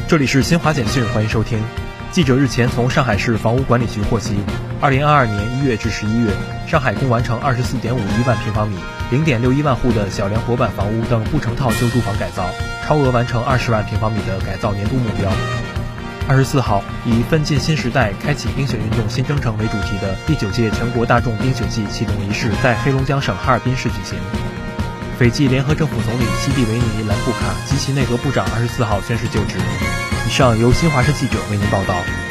这里是新华简讯，欢迎收听。记者日前从上海市房屋管理局获悉，2022年1月至11月，上海共完成24.51万平方米、0.61万户的小梁活板房屋等不成套旧住房改造，超额完成20万平方米的改造年度目标。24号，以“奋进新时代，开启冰雪运动新征程”为主题的第9届全国大众冰雪季启动仪式在黑龙江省哈尔滨市举行。斐济联合政府总理西蒂维尼·兰布卡及其内阁部长24号宣誓就职。以上由新华社记者为您报道。